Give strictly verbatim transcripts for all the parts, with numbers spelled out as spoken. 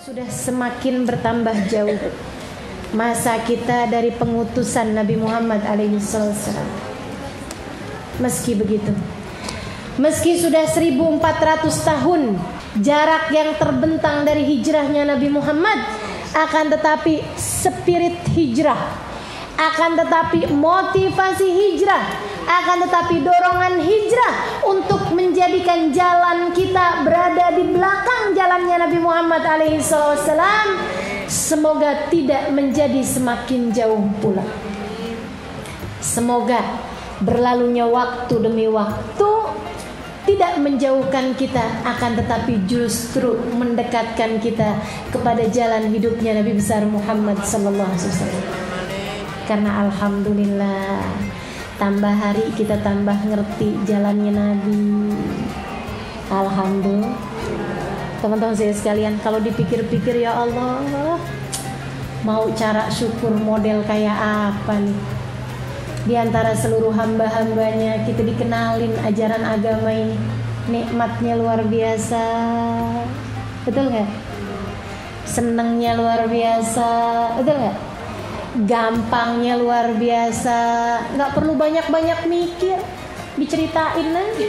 Sudah semakin bertambah jauh masa kita dari pengutusan Nabi Muhammad alaihi wasallam. Meski begitu, meski sudah seribu empat ratus tahun jarak yang terbentang dari hijrahnya Nabi Muhammad, akan tetapi spirit hijrah, akan tetapi motivasi hijrah, akan tetapi dorongan hijrah untuk menjadikan jalan kita berada di belakang jalannya Nabi Muhammad alaihi wasallam, semoga tidak menjadi semakin jauh pula. Semoga berlalunya waktu demi waktu tidak menjauhkan kita, akan tetapi justru mendekatkan kita kepada jalan hidupnya Nabi besar Muhammad sallallahu alaihi wasallam. Karena alhamdulillah, tambah hari kita tambah ngerti jalannya Nabi. Alhamdulillah. Teman-teman saya sekalian, kalau dipikir-pikir, ya Allah, mau cara syukur model kayak apa nih? Di antara seluruh hamba-hambanya kita dikenalin ajaran agama ini, nikmatnya luar biasa, betul nggak? Senengnya luar biasa, betul nggak? Gampangnya luar biasa, nggak perlu banyak-banyak mikir, diceritain aja.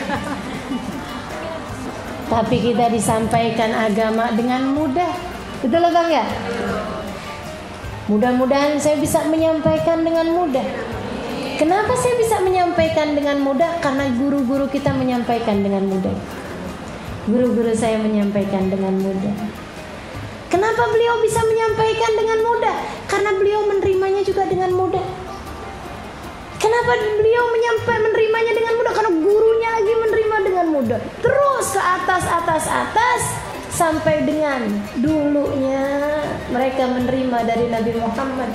Tapi kita disampaikan agama dengan mudah, betul bang ya? Mudah-mudahan saya bisa menyampaikan dengan mudah. Kenapa saya bisa menyampaikan dengan mudah? Karena guru-guru kita menyampaikan dengan mudah. Guru-guru saya menyampaikan dengan mudah. Kenapa beliau bisa menyampaikan dengan mudah? Karena beliau menerimanya juga dengan mudah. Kenapa beliau menyampaikan menerimanya dengan mudah? Karena gurunya lagi menerima dengan mudah. Terus ke atas, atas, atas, sampai dengan dulunya mereka menerima dari Nabi Muhammad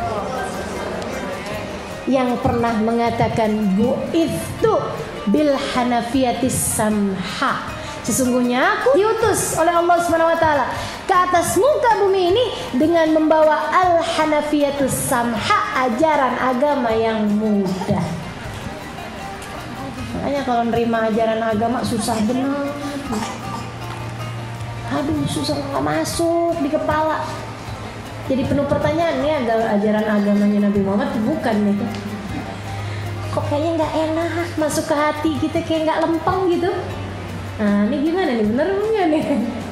yang pernah mengatakan bu'ithtu bil hanafiyatis samha. Sesungguhnya aku diutus oleh Allah Subhanahu wa taala ke atas muka bumi ini dengan membawa al-hanafiyatus samha, ajaran agama yang mudah. Makanya kalau nerima ajaran agama susah benar. Aduh, susah nggak masuk di kepala. Jadi penuh pertanyaan nih, ajaran agamanya Nabi Muhammad bukan nih. Kok kayaknya nggak enak masuk ke hati kita, kayak nggak lempeng gitu. Nah, ini gimana nih, bener nggak nih?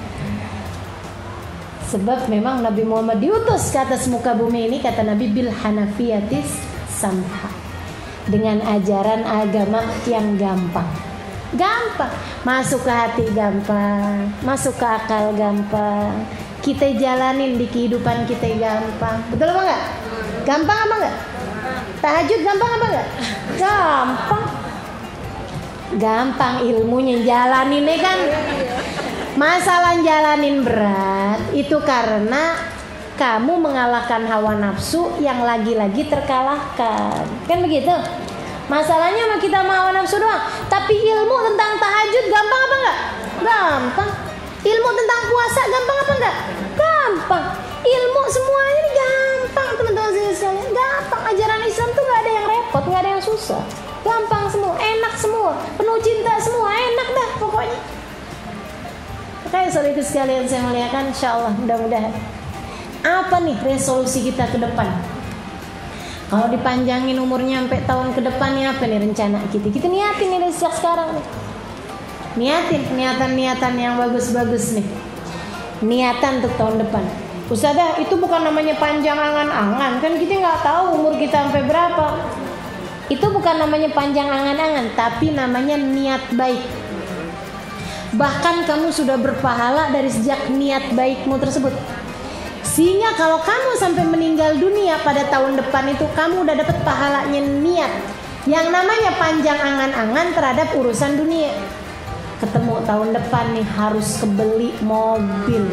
Sebab memang Nabi Muhammad diutus ke atas muka bumi ini, kata Nabi, bil hanafiyatis samha, dengan ajaran agama yang gampang. Gampang, masuk ke hati gampang, masuk ke akal gampang, kita jalanin di kehidupan kita gampang. Betul apa enggak? Gampang apa enggak? Tahajud gampang apa enggak? Gampang. Gampang ilmunya, jalaninnya kan. Masalah jalanin berat itu karena kamu mengalahkan hawa nafsu yang lagi-lagi terkalahkan. Kan begitu? Masalahnya mah kita mau hawa nafsu doang. Tapi ilmu tentang tahajud gampang apa enggak? Gampang. Ilmu tentang puasa gampang apa enggak? Gampang. Ilmu semuanya ini gampang, teman-teman sekalian. Gampang. Ajaran Islam tuh nggak ada yang repot, nggak ada yang susah. Gampang semua, enak semua, penuh cinta semua, enak dah pokoknya. Makanya saudara sekalian saya muliakan, insya Allah mudah-mudahan. Apa nih resolusi kita ke depan? Kalau dipanjangin umurnya sampai tahun ke depannya, apa nih rencana kita? Kita niatin nih dari sejak sekarang nih. Niatin, niatan-niatan yang bagus-bagus nih. Niatan untuk tahun depan. Ustazah, itu bukan namanya panjang angan-angan. Kan kita nggak tahu umur kita sampai berapa. Itu bukan namanya panjang angan-angan, tapi namanya niat baik. Bahkan kamu sudah berpahala dari sejak niat baikmu tersebut. Sehingga kalau kamu sampai meninggal dunia pada tahun depan itu, kamu udah dapat pahalanya niat. Yang namanya panjang angan-angan terhadap urusan dunia. Ketemu tahun depan nih harus kebeli mobil.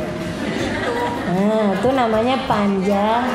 Nah, itu namanya panjang.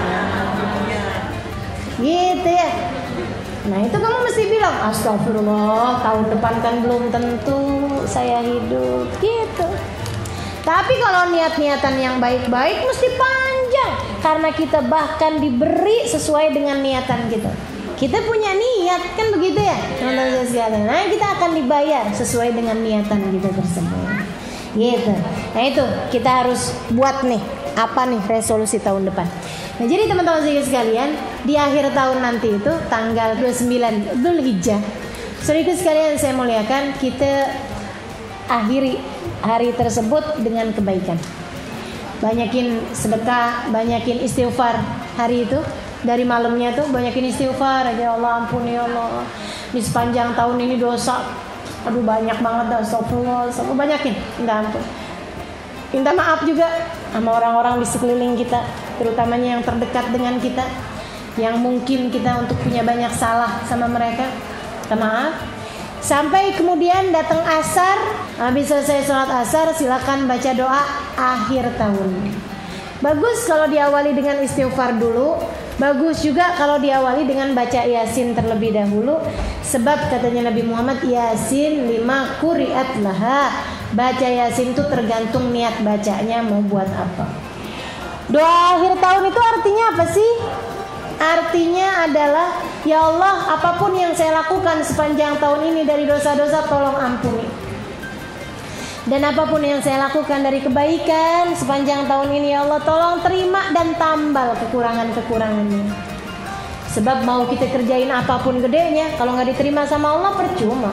Gitu ya. Nah, itu kamu mesti bilang, astagfirullah, tahun depan kan belum tentu saya hidup. Gitu. Tapi kalau niat-niatan yang baik-baik mesti panjang, karena kita bahkan diberi sesuai dengan niatan kita. Kita punya niat, kan begitu ya, teman-teman sekalian. Nah, kita akan dibayar sesuai dengan niatan kita tersebut. Gitu. Nah itu kita harus buat nih apa nih resolusi tahun depan. Nah jadi teman-teman sekalian, di akhir tahun nanti itu tanggal dua puluh sembilan Dzulhijjah, saudaraku sekalian saya muliakan, kita akhiri hari tersebut dengan kebaikan. Banyakin sedekah, banyakin istighfar hari itu. Dari malamnya tuh banyakin istighfar aja. Allah ampuni ya Allah, di sepanjang tahun ini dosa aduh banyak banget dah, astagfirullah, astagfirullah, banyakin minta ampun. Minta maaf juga sama orang-orang di sekeliling kita, terutamanya yang terdekat dengan kita, yang mungkin kita untuk punya banyak salah sama mereka. Minta maaf. Sampai kemudian datang asar, habis selesai sholat asar silakan baca doa akhir tahun. Bagus kalau diawali dengan istighfar dulu. Bagus juga kalau diawali dengan baca Yasin terlebih dahulu. Sebab katanya Nabi Muhammad, Yasin lima quri'at laha. Baca Yasin itu tergantung niat bacanya mau buat apa. Doa akhir tahun itu artinya apa sih? Artinya adalah, ya Allah, apapun yang saya lakukan sepanjang tahun ini dari dosa-dosa tolong ampuni. Dan apapun yang saya lakukan dari kebaikan sepanjang tahun ini, ya Allah, tolong terima dan tambal kekurangan-kekurangannya. Sebab mau kita kerjain apapun gedenya, kalau nggak diterima sama Allah percuma.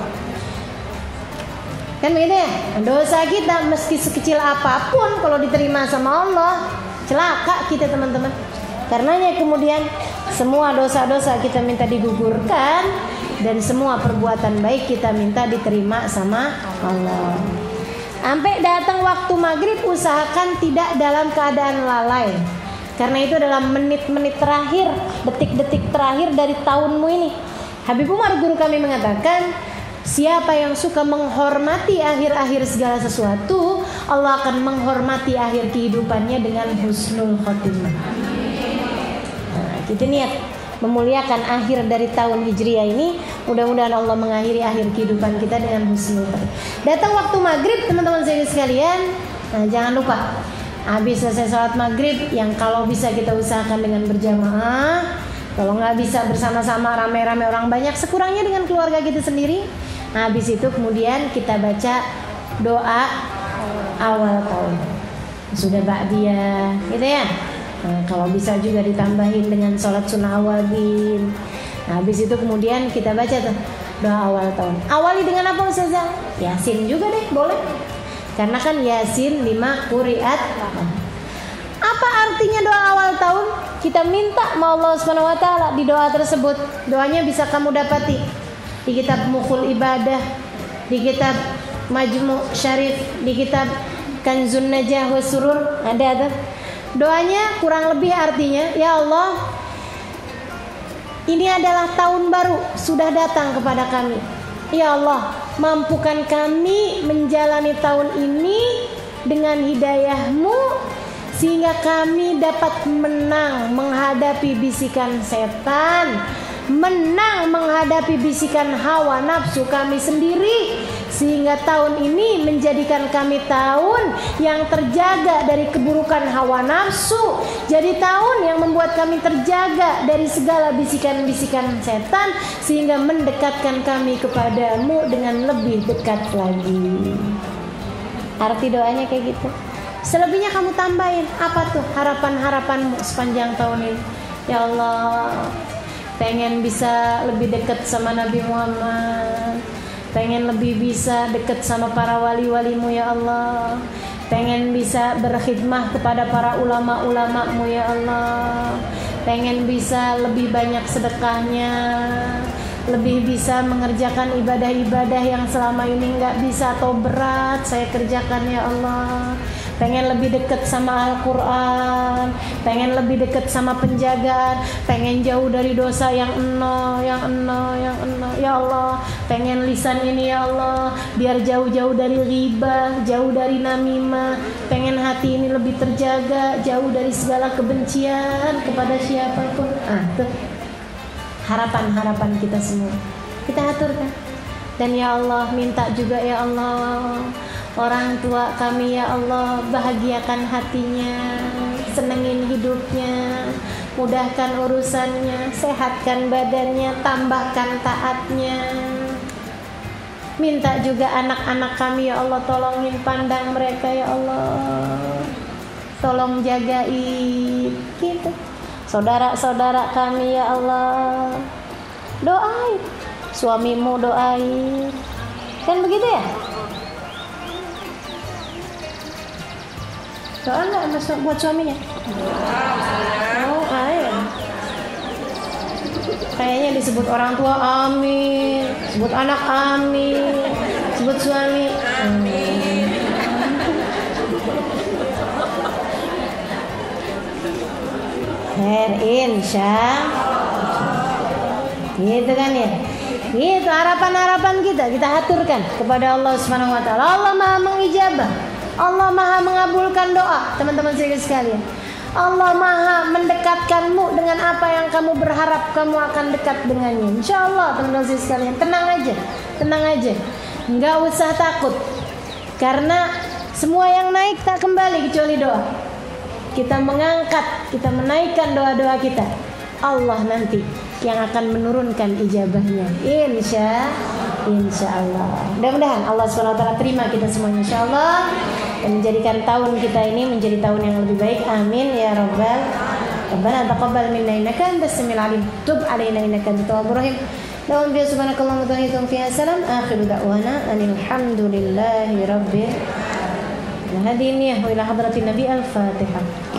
Kan begitu ya? Dosa kita meski sekecil apapun, kalau diterima sama Allah, celaka kita teman-teman. Karenanya kemudian semua dosa-dosa kita minta digugurkan, dan semua perbuatan baik kita minta diterima sama Allah. Sampai datang waktu maghrib usahakan tidak dalam keadaan lalai, karena itu dalam menit-menit terakhir, detik-detik terakhir dari tahunmu ini. Habib Umar guru kami mengatakan, siapa yang suka menghormati akhir-akhir segala sesuatu, Allah akan menghormati akhir kehidupannya dengan husnul khotimah. Nah, kita niat memuliakan akhir dari tahun Hijriah ini. Mudah-mudahan Allah mengakhiri akhir kehidupan kita dengan husnul khotimah. Datang waktu maghrib teman-teman saya sekalian, nah jangan lupa habis selesai sholat maghrib, yang kalau bisa kita usahakan dengan berjamaah, kalau nggak bisa bersama-sama rame-rame orang banyak, sekurangnya dengan keluarga kita sendiri. Nah, habis itu kemudian kita baca doa awal tahun, sudah ba'diyah gitu ya. Nah, kalau bisa juga ditambahin dengan sholat sunnah awalin. Nah, habis itu kemudian kita baca tuh doa awal tahun. Awali dengan apa Ustazah? Yasin juga deh, boleh. Karena kan Yasin lima quri'at. Apa artinya doa awal tahun? Kita minta sama Allah Subhanahu wa taala di doa tersebut. Doanya bisa kamu dapati di kitab Mukhul Ibadah, di kitab Majmu' Syarif, di kitab Kanzun Najah wa Surur, ada tuh. Doanya kurang lebih artinya, ya Allah, ini adalah tahun baru sudah datang kepada kami. Ya Allah, mampukan kami menjalani tahun ini dengan hidayah-Mu, sehingga kami dapat menang menghadapi bisikan setan, menang menghadapi bisikan hawa nafsu kami sendiri, sehingga tahun ini menjadikan kami tahun yang terjaga dari keburukan hawa nafsu, jadi tahun yang membuat kami terjaga dari segala bisikan-bisikan setan, sehingga mendekatkan kami kepadamu dengan lebih dekat lagi. Arti doanya kayak gitu. Selebihnya kamu tambahin, apa tuh harapan-harapanmu sepanjang tahun ini? Ya Allah, pengen bisa lebih dekat sama Nabi Muhammad, pengen lebih bisa dekat sama para wali-walimu ya Allah, pengen bisa berkhidmah kepada para ulama-ulamamu ya Allah, pengen bisa lebih banyak sedekahnya, lebih bisa mengerjakan ibadah-ibadah yang selama ini nggak bisa atau berat saya kerjakan ya Allah. Pengen lebih dekat sama Al-Quran, pengen lebih dekat sama penjagaan, pengen jauh dari dosa yang eno, yang eno, yang eno. Ya Allah, pengen lisan ini ya Allah biar jauh-jauh dari ghibah, jauh dari namimah. Pengen hati ini lebih terjaga, jauh dari segala kebencian kepada siapapun. Ah, tuh harapan-harapan kita semua kita aturkan. Dan ya Allah, minta juga ya Allah, orang tua kami ya Allah, bahagiakan hatinya, senengin hidupnya, mudahkan urusannya, sehatkan badannya, tambahkan taatnya. Minta juga anak-anak kami ya Allah, tolongin pandang mereka ya Allah, tolong jagain gitu. Saudara-saudara kami ya Allah, doain. Suamimu doain. Kan begitu ya? Doa nggak buat suaminya? Oh, ayo. Kayaknya disebut orang tua amin, sebut anak amin, sebut suami amin. Khair insya gitu kan ya. Itu harapan-harapan kita, kita aturkan kepada Allah Subhanahu wa taala. Allah Maha mengijabah, Allah Maha mengabulkan doa, teman-teman sekalian. Allah Maha mendekatkanmu dengan apa yang kamu berharap kamu akan dekat dengannya. Insya Allah teman-teman sekalian, tenang aja, tenang aja, nggak usah takut, karena semua yang naik tak kembali kecuali doa. Kita mengangkat, kita menaikkan doa-doa kita, Allah nanti yang akan menurunkan ijabahnya. Insya Insya Allah. Mudah-mudahan Allah subhanahu wa taala terima kita semuanya insya Allah, dan menjadikan tahun kita ini menjadi tahun yang lebih baik. Amin ya rabbal. Rabbana taqabbal minna innaka antas samiul alim, tub alaina innaka antat tawwabur rahim. Lahum bi subhanakallahumma wa bihamdika fiha salam. Akhiru da'wana alhamdulillahi rabbil alamin. Wa hadhihi wa ila hadratin nabi al-fatihah.